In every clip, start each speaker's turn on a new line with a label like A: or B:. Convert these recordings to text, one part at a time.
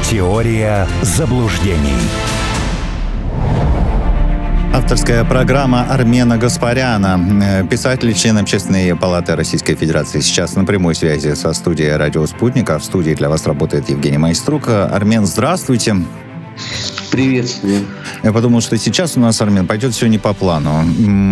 A: Теория заблуждений.
B: Авторская программа Армена Гаспаряна, писатель, член Общественной палаты Российской Федерации. Сейчас на прямой связи со студией «Радио Спутник», а в студии для вас работает Евгений Майструк. Армен, здравствуйте.
C: Приветствую.
B: Я подумал, что сейчас у нас, Армен, пойдет все не по плану.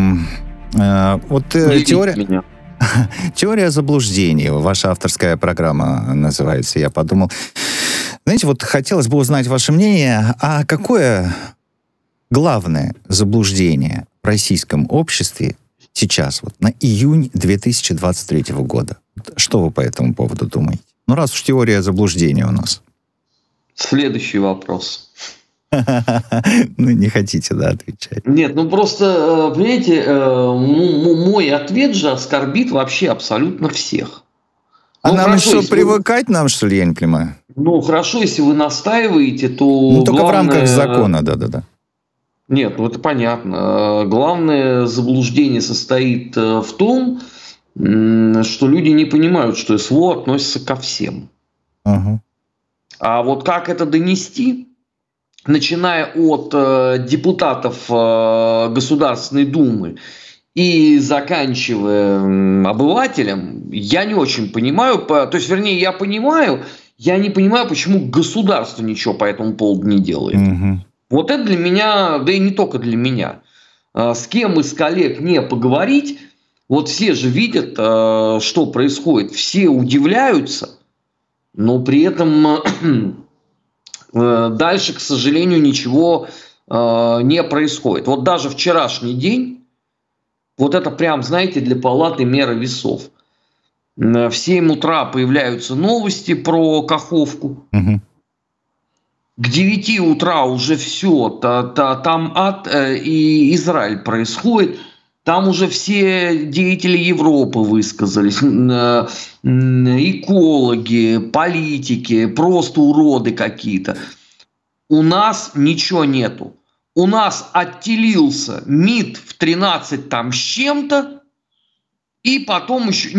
B: Теория заблуждений. Ваша авторская программа называется. Я подумал, знаете, вот хотелось бы узнать ваше мнение, а какое главное заблуждение в российском обществе сейчас, вот на июнь 2023 года? Что вы по этому поводу думаете? Ну, раз уж теория заблуждения у нас.
C: Следующий вопрос.
B: Ну, не хотите, да, отвечать?
C: Нет, ну просто, понимаете, мой ответ же оскорбит вообще абсолютно всех.
B: А нам хорошо, что, привыкать нам, что ли, я не понимаю?
C: Ну, хорошо, если вы настаиваете, то
B: ну, только в рамках закона, да.
C: Нет, ну это понятно. Главное заблуждение состоит в том, что люди не понимают, что СВО относится ко всем.
B: Ага.
C: А вот как это донести, начиная от депутатов Государственной Думы и заканчивая обывателем, я не очень понимаю. То есть, вернее, я понимаю, я не понимаю, почему государство ничего по этому поводу не делает.
B: Угу.
C: Вот это для меня, да и не только для меня. С кем из коллег не поговорить, вот все же видят, что происходит. Все удивляются, но при этом дальше, к сожалению, ничего не происходит. Вот даже вчерашний день, вот это прям, знаете, для палаты мера весов. В 7 утра появляются новости про Каховку.
B: Угу.
C: К 9 утра уже все, там ад и Израиль происходит. Там уже все деятели Европы высказались, экологи, политики, просто уроды какие-то. У нас ничего нету. У нас оттелился МИД в 13 там с чем-то, и потом еще...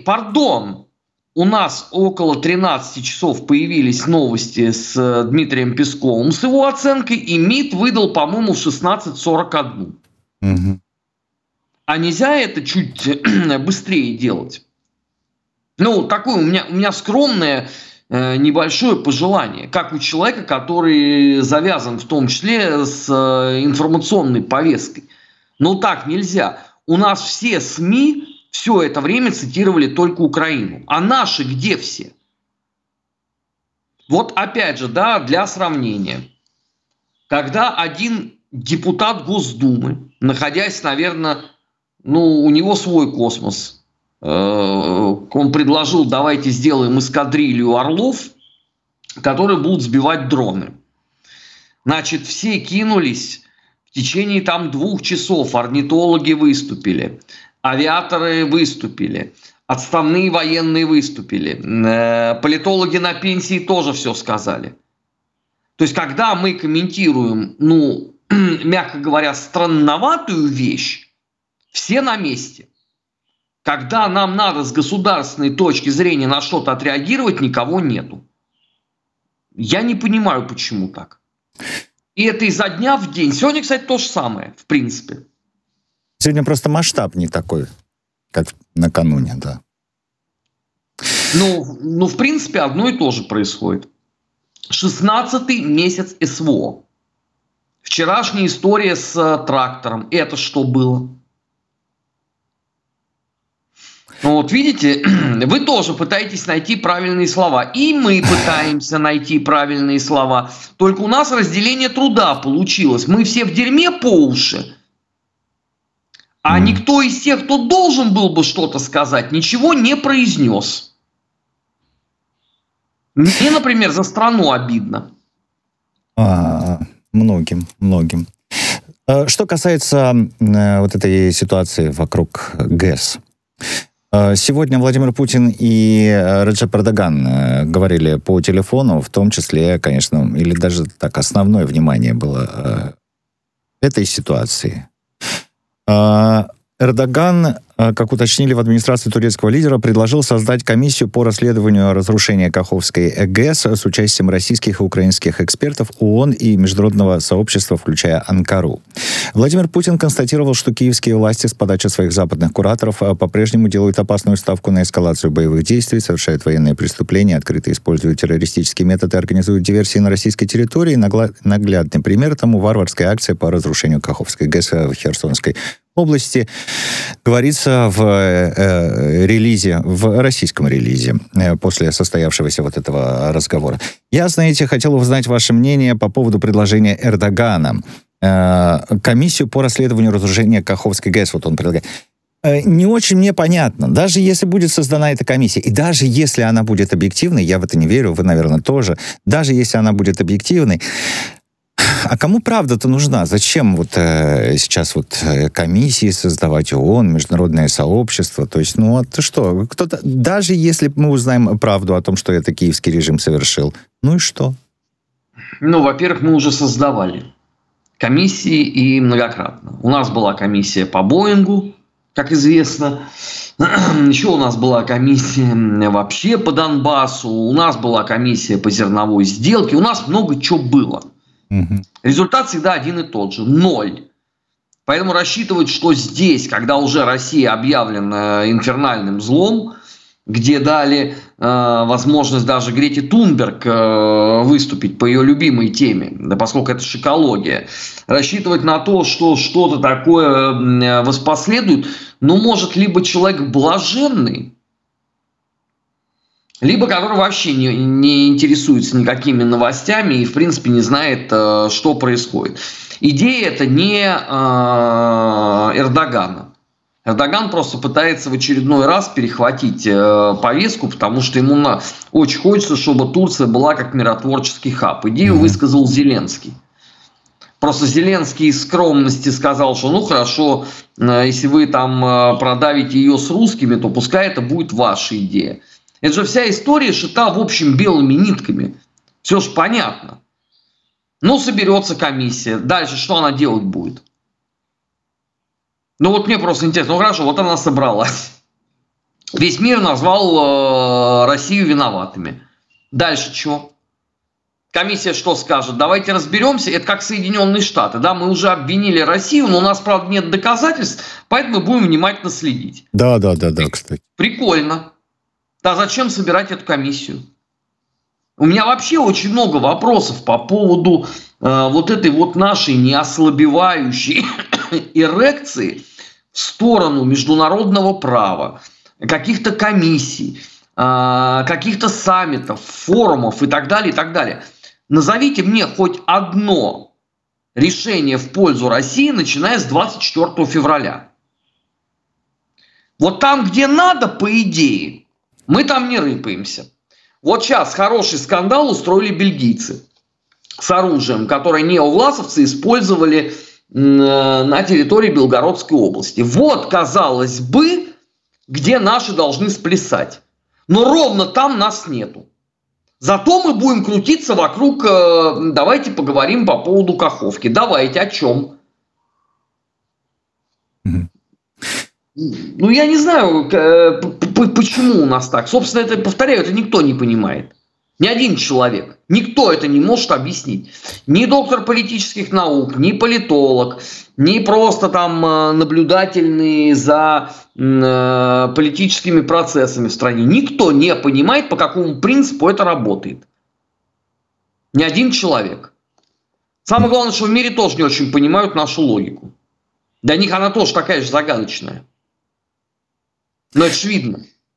C: У нас около 13 часов появились новости с Дмитрием Песковым с его оценкой, и МИД выдал, по-моему, 16:41.
B: Угу.
C: А нельзя это чуть быстрее делать? Ну, такое у меня скромное небольшое пожелание, как у человека, который завязан в том числе с информационной повесткой. Но так нельзя. У нас все СМИ все это время цитировали только Украину. А наши где все? Вот опять же, да, для сравнения. Когда один депутат Госдумы, находясь, наверное, у него свой космос, он предложил, давайте сделаем эскадрилью орлов, которые будут сбивать дроны. Значит, все кинулись, в течение там 2 часов орнитологи выступили, авиаторы выступили, отставные военные выступили, политологи на пенсии тоже все сказали. То есть, когда мы комментируем, мягко говоря, странноватую вещь, все на месте. Когда нам надо с государственной точки зрения на что-то отреагировать, никого нету. Я не понимаю, почему так. И это изо дня в день. Сегодня, кстати, то же самое, в принципе.
B: Сегодня просто масштаб не такой, как накануне, да.
C: Ну, в принципе, одно и то же происходит. 16-й месяц СВО. Вчерашняя история с трактором. Это что было? Ну вот видите, вы тоже пытаетесь найти правильные слова. И мы пытаемся найти правильные слова. Только у нас разделение труда получилось. Мы все в дерьме по уши. А никто из тех, кто должен был бы что-то сказать, ничего не произнес. Мне, например, за страну обидно.
B: Многим. Что касается вот этой ситуации вокруг ГЭС. Сегодня Владимир Путин и Реджеп Эрдоган говорили по телефону, в том числе, конечно, или даже так, основное внимание было этой ситуации. Эрдоган, как уточнили в администрации турецкого лидера, предложил создать комиссию по расследованию разрушения Каховской ГЭС с участием российских и украинских экспертов, ООН и международного сообщества, включая Анкару. Владимир Путин констатировал, что киевские власти с подачи своих западных кураторов по-прежнему делают опасную ставку на эскалацию боевых действий, совершают военные преступления, открыто используют террористические методы, организуют диверсии на российской территории. Наглядный пример тому — варварская акция по разрушению Каховской ГЭС в Херсонской области. Говорится в релизе, в российском релизе, после состоявшегося вот этого разговора. Я, знаете, хотел узнать ваше мнение по поводу предложения Эрдогана. Комиссию по расследованию разрушения Каховской ГЭС, вот он предлагает. Не очень мне понятно. Даже если будет создана эта комиссия, и даже если она будет объективной, я в это не верю, вы, наверное, тоже, даже если она будет объективной, а кому правда-то нужна? Зачем вот сейчас вот комиссии создавать, ООН, международное сообщество? То есть, ну, это что? Кто-то, даже если мы узнаем правду о том, что это киевский режим совершил, ну и что?
C: Ну, во-первых, мы уже создавали комиссии и многократно. У нас была комиссия по Боингу, как известно. Еще у нас была комиссия вообще по Донбассу. У нас была комиссия по зерновой сделке. У нас много чего было. Результат всегда один и тот же – 0. Поэтому рассчитывать, что здесь, когда уже Россия объявлена инфернальным злом, где дали возможность даже Грете Тунберг выступить по ее любимой теме, да, поскольку это шикология, рассчитывать на то, что что-то такое воспоследует, ну, может, либо человек блаженный, либо который вообще не интересуется никакими новостями и, в принципе, не знает, что происходит. Идея это не Эрдогана. Эрдоган просто пытается в очередной раз перехватить повестку, потому что ему очень хочется, чтобы Турция была как миротворческий хаб. Идею высказал Зеленский. Просто Зеленский из скромности сказал, что ну хорошо, если вы там продавите ее с русскими, то пускай это будет ваша идея. Это же вся история шита, в общем, белыми нитками. Все же понятно. Ну, соберется комиссия. Дальше что она делать будет? Ну, вот мне просто интересно. Ну, хорошо, вот она собралась. Весь мир назвал Россию виноватыми. Дальше что? Комиссия что скажет? Давайте разберемся. Это как Соединенные Штаты. Да, мы уже обвинили Россию, но у нас, правда, нет доказательств, поэтому мы будем внимательно следить.
B: Да, кстати.
C: Прикольно. Да зачем собирать эту комиссию? У меня вообще очень много вопросов по поводу вот этой вот нашей неослабевающей эрекции в сторону международного права, каких-то комиссий, каких-то саммитов, форумов и так далее, и так далее. Назовите мне хоть одно решение в пользу России, начиная с 24 февраля. Вот там, где надо, по идее, мы там не рыпаемся. Вот сейчас хороший скандал устроили бельгийцы с оружием, которое неовласовцы использовали на территории Белгородской области. Вот, казалось бы, где наши должны сплясать. Но ровно там нас нету. Зато мы будем крутиться вокруг, давайте поговорим по поводу Каховки. Давайте, о чем? Ну, я не знаю, почему у нас так. Собственно, это, повторяю, это никто не понимает. Ни один человек. Никто это не может объяснить. Ни доктор политических наук, ни политолог, ни просто там наблюдательный за политическими процессами в стране. Никто не понимает, по какому принципу это работает. Ни один человек. Самое главное, что в мире тоже не очень понимают нашу логику. Для них она тоже такая же загадочная. Но это ж видно.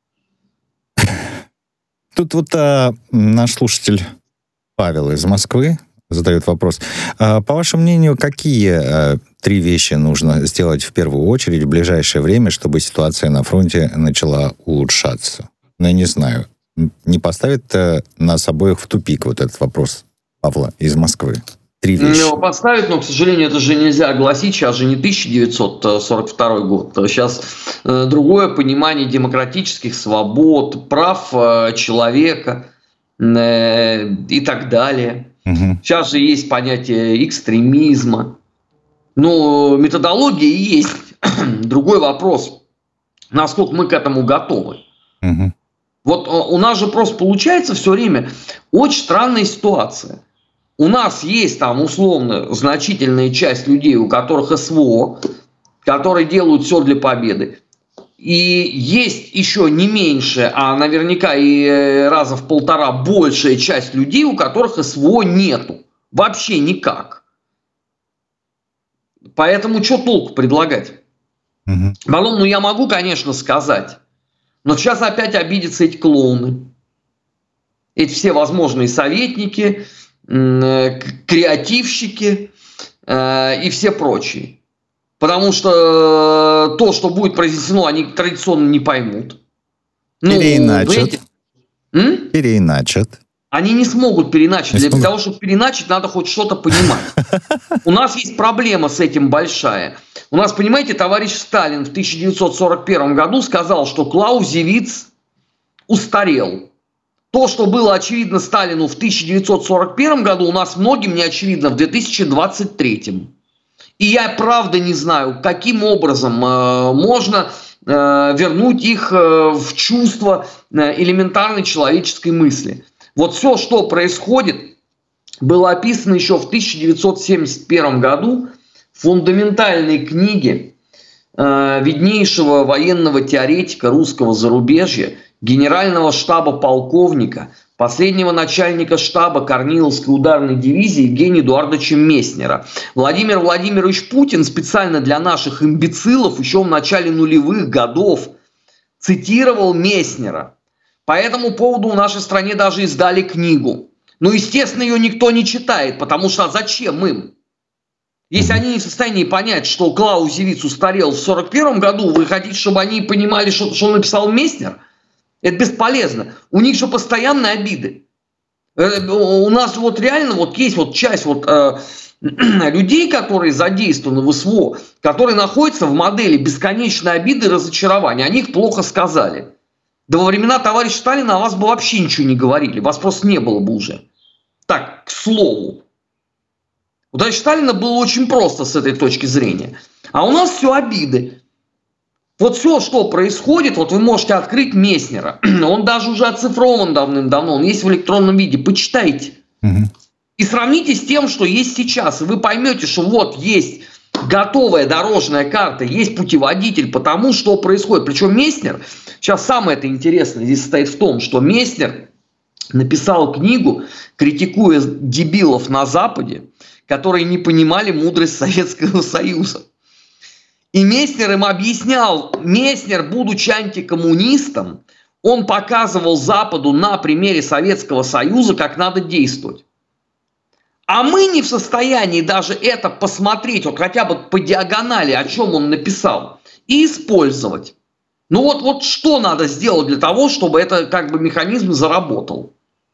B: Тут вот наш слушатель Павел из Москвы задает вопрос. По вашему мнению, какие 3 вещи нужно сделать в первую очередь в ближайшее время, чтобы ситуация на фронте начала улучшаться? Ну, я не знаю. Не поставит нас обоих в тупик вот этот вопрос Павла из Москвы? 3 вещи.
C: Его подставить, но, к сожалению, это же нельзя огласить. Сейчас же не 1942 год. Сейчас другое понимание демократических свобод, прав человека и так далее.
B: Угу.
C: Сейчас же есть понятие экстремизма. Но методология есть Другой вопрос, насколько мы к этому готовы.
B: Угу.
C: Вот у нас же просто получается все время очень странная ситуация. У нас есть там условно значительная часть людей, у которых СВО, которые делают все для победы. И есть еще не меньше, а наверняка и раза в полтора большая часть людей, у которых СВО нету. Вообще никак. Поэтому что толку предлагать? Потом, я могу, конечно, сказать, но сейчас опять обидятся эти клоуны. Эти все возможные советники, креативщики и все прочие. Потому что то, что будет произнесено, они традиционно не поймут.
B: Переиначат. Переиначат.
C: Они не смогут переиначить. Для того, чтобы переиначить, надо хоть что-то понимать. У нас есть проблема с этим большая. У нас, понимаете, товарищ Сталин в 1941 году сказал, что Клаузевиц устарел. То, что было очевидно Сталину в 1941 году, у нас многим не очевидно в 2023. И я правда не знаю, каким образом можно вернуть их в чувство элементарной человеческой мысли. Вот все, что происходит, было описано еще в 1971 году в фундаментальной книге виднейшего военного теоретика русского зарубежья, генерального штаба полковника, последнего начальника штаба Корниловской ударной дивизии Евгения Эдуардовича Месснера. Владимир Владимирович Путин специально для наших имбецилов еще в начале нулевых годов цитировал Месснера. По этому поводу в нашей стране даже издали книгу. Но, естественно, ее никто не читает, потому что зачем им? Если они не в состоянии понять, что Клаузевиц устарел в 1941 году, вы хотите, чтобы они понимали, что он написал Месснер? Это бесполезно. У них же постоянные обиды. У нас вот реально вот есть вот часть вот, людей, которые задействованы в СВО, которые находятся в модели бесконечной обиды и разочарования. О них плохо сказали. Да во времена товарища Сталина о вас бы вообще ничего не говорили. Вас просто не было бы уже. Так, к слову. У товарища Сталина было очень просто с этой точки зрения. А у нас все обиды. Вот все, что происходит, вот вы можете открыть Месснера. Он даже уже оцифрован давным-давно. Он есть в электронном виде. Почитайте. И сравните с тем, что есть сейчас. И вы поймете, что вот есть готовая дорожная карта, есть путеводитель по тому, что происходит. Причем Месснер, сейчас самое это интересное здесь состоит в том, что Месснер написал книгу, критикуя дебилов на Западе, которые не понимали мудрость Советского Союза. И Месснер им объяснял, Месснер, будучи антикоммунистом, он показывал Западу на примере Советского Союза, как надо действовать. А мы не в состоянии даже это посмотреть, вот хотя бы по диагонали, о чем он написал, и использовать. Ну вот что надо сделать для того, чтобы это как бы механизм заработал?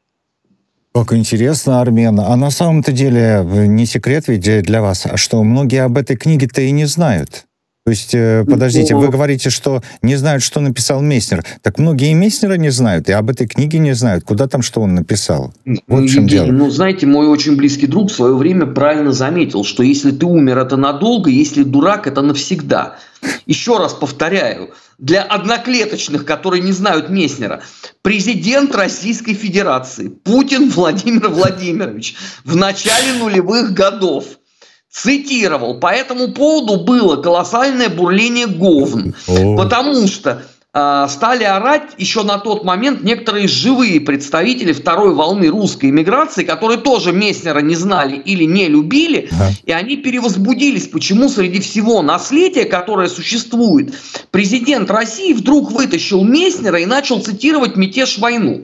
B: Как интересно, Армен. А на самом-то деле не секрет ведь для вас, что многие об этой книге-то и не знают. То есть, подождите, вы говорите, что не знают, что написал Месснер. Так многие и Месснера не знают, и об этой книге не знают. Куда там, что он написал? Вот в чем дело.
C: Ну, знаете, мой очень близкий друг в свое время правильно заметил, что если ты умер, это надолго, если дурак, это навсегда. Еще раз повторяю, для одноклеточных, которые не знают Месснера, президент Российской Федерации Путин Владимир Владимирович в начале нулевых годов цитировал. По этому поводу было колоссальное бурление говн. Потому что стали орать еще на тот момент некоторые живые представители второй волны русской эмиграции, которые тоже Месснера не знали или не любили, и они перевозбудились. Почему среди всего наследия, которое существует, президент России вдруг вытащил Месснера и начал цитировать «Мятеж, войну».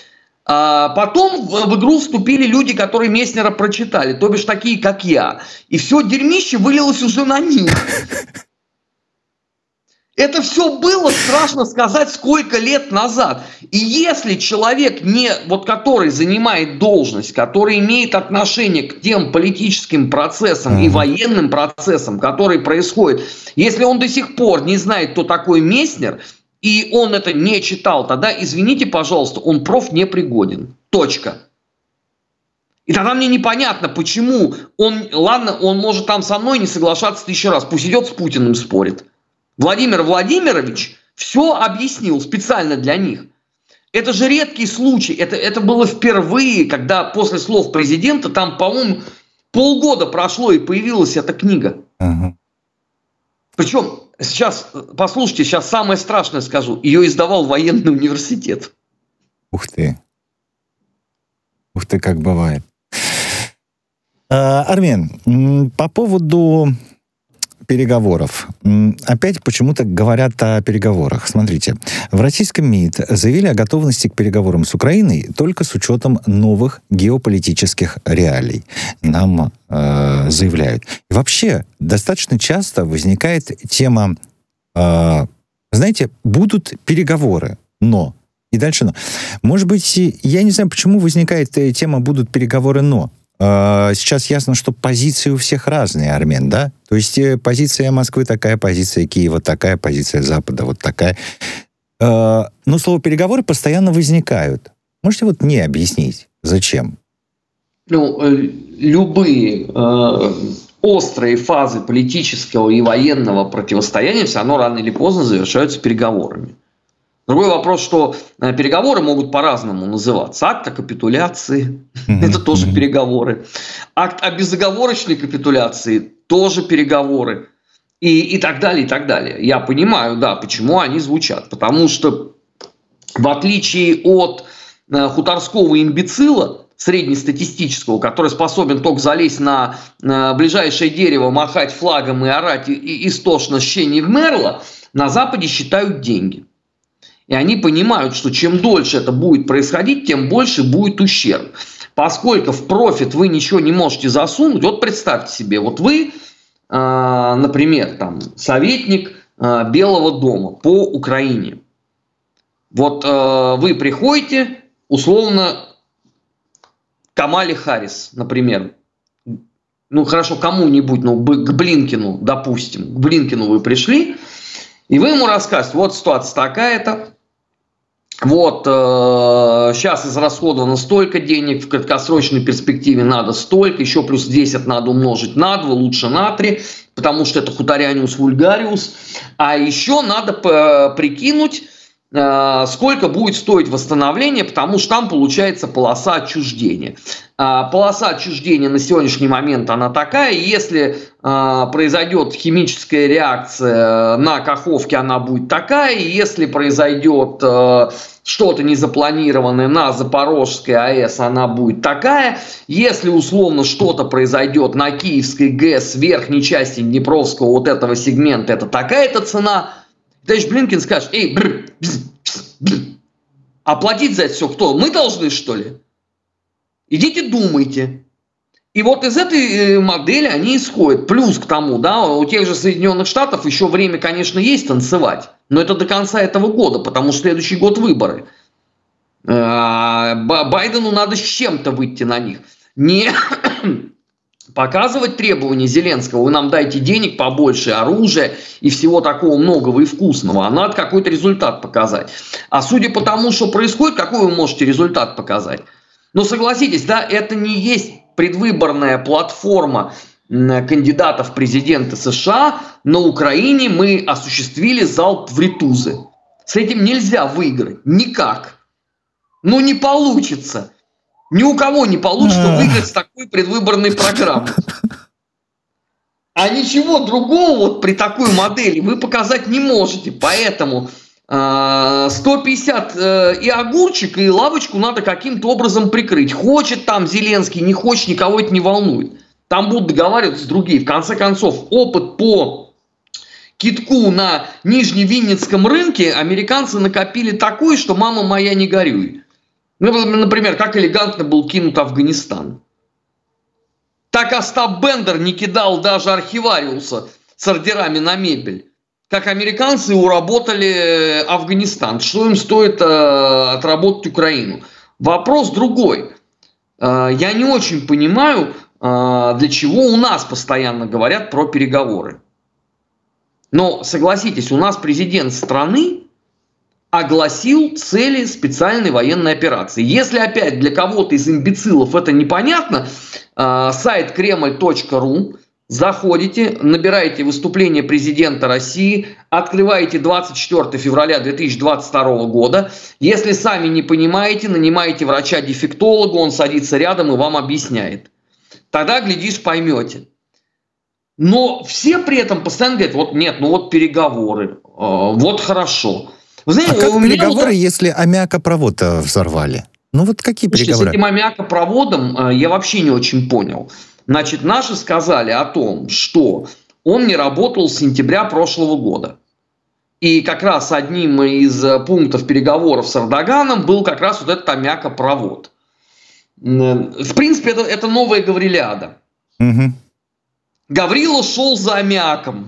C: Потом в игру вступили люди, которые Месснера прочитали, то бишь такие, как я. И все дерьмище вылилось уже на них. Это все было, страшно сказать, сколько лет назад. И если человек, который занимает должность, который имеет отношение к тем политическим процессам и военным процессам, которые происходят, если он до сих пор не знает, кто такой Месснер, и он это не читал, тогда, извините, пожалуйста, он профнепригоден. Точка. И тогда мне непонятно, почему он может там со мной не соглашаться 1000 раз, пусть идет с Путиным спорит. Владимир Владимирович все объяснил специально для них. Это же редкий случай. Это было впервые, когда после слов президента, там, по-моему, полгода прошло и появилась эта книга. Ага. Причем, сейчас, послушайте, сейчас самое страшное скажу. Ее издавал военный университет.
B: Ух ты. Ух ты, как бывает. Армен, по поводу переговоров. Опять почему-то говорят о переговорах. Смотрите, в российском МИД заявили о готовности к переговорам с Украиной только с учетом новых геополитических реалий. Нам заявляют. И вообще, достаточно часто возникает тема, знаете, будут переговоры, но... И дальше но. Может быть, я не знаю, почему возникает тема «будут переговоры, но». Сейчас ясно, что позиции у всех разные, Армен, да? То есть позиция Москвы такая, позиция Киева такая, позиция Запада вот такая. Но слово «переговоры» постоянно возникают. Можете вот мне объяснить, зачем?
C: Любые острые фазы политического и военного противостояния все равно рано или поздно завершаются переговорами. Другой вопрос, что переговоры могут по-разному называться. Акт о капитуляции – это тоже переговоры. Акт о безоговорочной капитуляции – тоже переговоры. И так далее, и так далее. Я понимаю, да, почему они звучат. Потому что, в отличие от хуторского имбецила, среднестатистического, который способен только залезть на ближайшее дерево, махать флагом и орать истошно «щени в мерло», на Западе считают деньги. И они понимают, что чем дольше это будет происходить, тем больше будет ущерб. Поскольку в профит вы ничего не можете засунуть, вот представьте себе, вот вы, например, там, советник Белого дома по Украине. Вот вы приходите, условно, Камале Харрис, например. Ну, хорошо, кому-нибудь, к Блинкину, допустим. К Блинкину вы пришли, и вы ему рассказываете, вот ситуация такая-то. Вот сейчас израсходовано столько денег, в краткосрочной перспективе надо столько, еще плюс 10 надо умножить на 2, лучше на 3, потому что это хуторианиус вульгариус. А еще надо прикинуть, сколько будет стоить восстановление, потому что там получается полоса отчуждения. Полоса отчуждения на сегодняшний момент она такая, если произойдет химическая реакция на Каховке, она будет такая, и если произойдет что-то незапланированное на Запорожской АЭС, она будет такая, если условно что-то произойдет на Киевской ГЭС в верхней части Днепровского вот этого сегмента, это такая-то цена. Товарищ Блинкин скажет: эй, оплатить за это все кто? Мы должны, что ли? Идите думайте. И вот из этой модели они исходят. Плюс к тому, да, у тех же Соединенных Штатов еще время, конечно, есть танцевать. Но это до конца этого года, потому что следующий год выборы. Байдену надо с чем-то выйти на них. Не показывать требования Зеленского: вы нам дайте денег побольше, оружия и всего такого многого и вкусного. А надо какой-то результат показать. А судя по тому, что происходит, какой вы можете результат показать? Но согласитесь, да, это не есть предвыборная платформа кандидатов в президенты США. На Украине мы осуществили залп в ритузы. С этим нельзя выиграть. Никак. Ну, не получится. Ни у кого не получится выиграть с такой предвыборной программой. А ничего другого вот при такой модели вы показать не можете. Поэтому 150 и огурчик, и лавочку надо каким-то образом прикрыть. Хочет там Зеленский, не хочет, никого это не волнует. Там будут договариваться другие. В конце концов, опыт по китку на Нижневинницком рынке американцы накопили такой, что мама моя не горюй. Ну, например, как элегантно был кинут Афганистан. Так Остап Бендер не кидал даже архивариуса с ордерами на мебель. Как американцы уработали Афганистан. Что им стоит отработать Украину? Вопрос другой. Я не очень понимаю, для чего у нас постоянно говорят про переговоры. Но согласитесь, у нас президент страны огласил цели специальной военной операции. Если опять для кого-то из имбецилов это непонятно, сайт kreml.ru заходите, набираете выступление президента России, открываете 24 февраля 2022 года. Если сами не понимаете, нанимаете врача-дефектолога, он садится рядом и вам объясняет. Тогда, глядишь, поймете. Но все при этом постоянно говорят, вот нет, ну вот переговоры, вот хорошо. Вы знаете,
B: как переговоры, если аммиакопровод взорвали? Ну вот какие переговоры?
C: С этим аммиакопроводом я вообще не очень понял. Значит, наши сказали о том, что он не работал с сентября прошлого года. И как раз одним из пунктов переговоров с Эрдоганом был как раз вот этот аммиакопровод. В принципе, это новая Гаврилиада. Угу. Гаврила шел за аммиаком.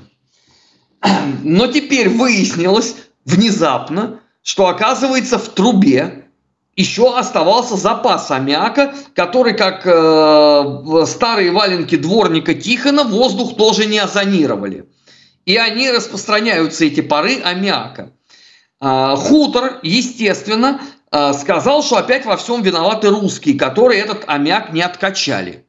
C: Но теперь выяснилось внезапно, что, оказывается, в трубе еще оставался запас аммиака, который, как старые валенки дворника Тихона, воздух тоже не озонировали. И они распространяются, эти пары аммиака. Хутор, естественно, сказал, что опять во всем виноваты русские, которые этот аммиак не откачали.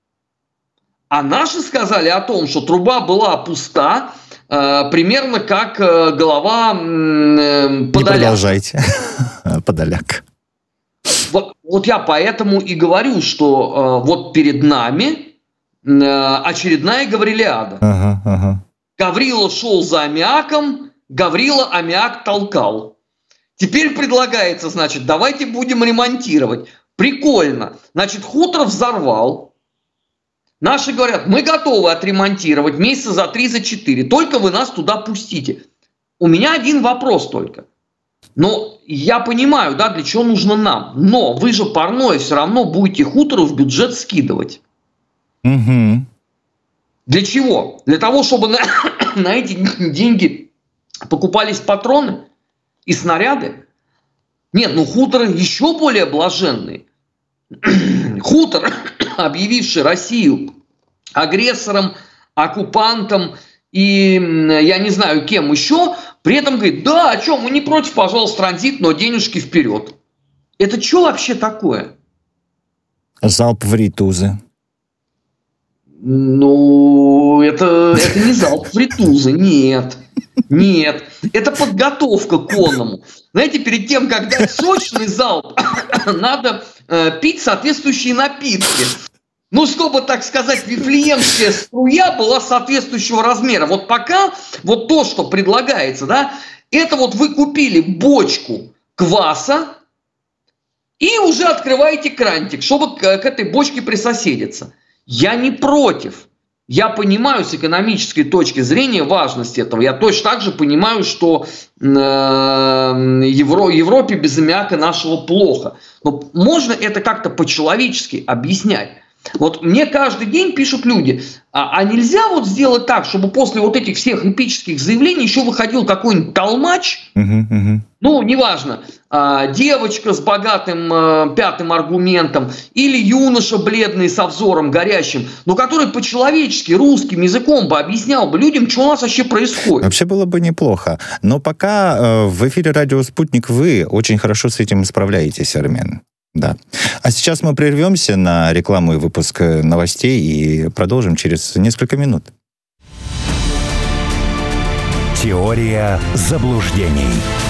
C: А наши сказали о том, что труба была пуста, примерно как голова Подоляка.
B: Не продолжайте. Подоляк.
C: Вот я поэтому и говорю, что вот перед нами очередная Гаврилиада. Ага. Гаврила шел за аммиаком, Гаврила аммиак толкал. Теперь предлагается, значит, давайте будем ремонтировать. Прикольно. Значит, хутор взорвал. Наши говорят, мы готовы отремонтировать месяца за 3-4, только вы нас туда пустите. У меня один вопрос только. Но я понимаю, да, для чего нужно нам. Но вы же парное все равно будете хутору в бюджет скидывать. Угу. Для чего? Для того, чтобы на эти деньги покупались патроны и снаряды? Нет, ну хуторы еще более блаженные. Хутор, объявивший Россию агрессором, оккупантом и, я не знаю, кем еще, при этом говорит, да, о чем, мы не против, пожалуйста, транзит, но денежки вперед. Это что вообще такое?
B: Залп в ритузы.
C: Ну, это не залп в ритузы, нет. Нет, это подготовка к конному. Знаете, перед тем, как дать сочный залп, надо пить соответствующие напитки. Ну, чтобы, так сказать, вифлеемская струя была соответствующего размера. Вот пока вот то, что предлагается, да, это вот вы купили бочку кваса и уже открываете крантик, чтобы к этой бочке присоседиться. Я не против. Я понимаю с экономической точки зрения важность этого. Я точно так же понимаю, что Европе без аммиака нашего плохо. Но можно это как-то по-человечески объяснять. Вот мне каждый день пишут люди, а нельзя вот сделать так, чтобы после вот этих всех эпических заявлений еще выходил какой-нибудь толмач, ну, неважно, девочка с богатым пятым аргументом или юноша бледный со взором горящим, но который по-человечески русским языком бы объяснял бы людям, что у нас вообще происходит.
B: Вообще было бы неплохо. Но пока в эфире «Радио Спутник» вы очень хорошо с этим справляетесь, Армен. Да. А сейчас мы прервемся на рекламу и выпуск новостей и продолжим через несколько минут.
A: Теория заблуждений.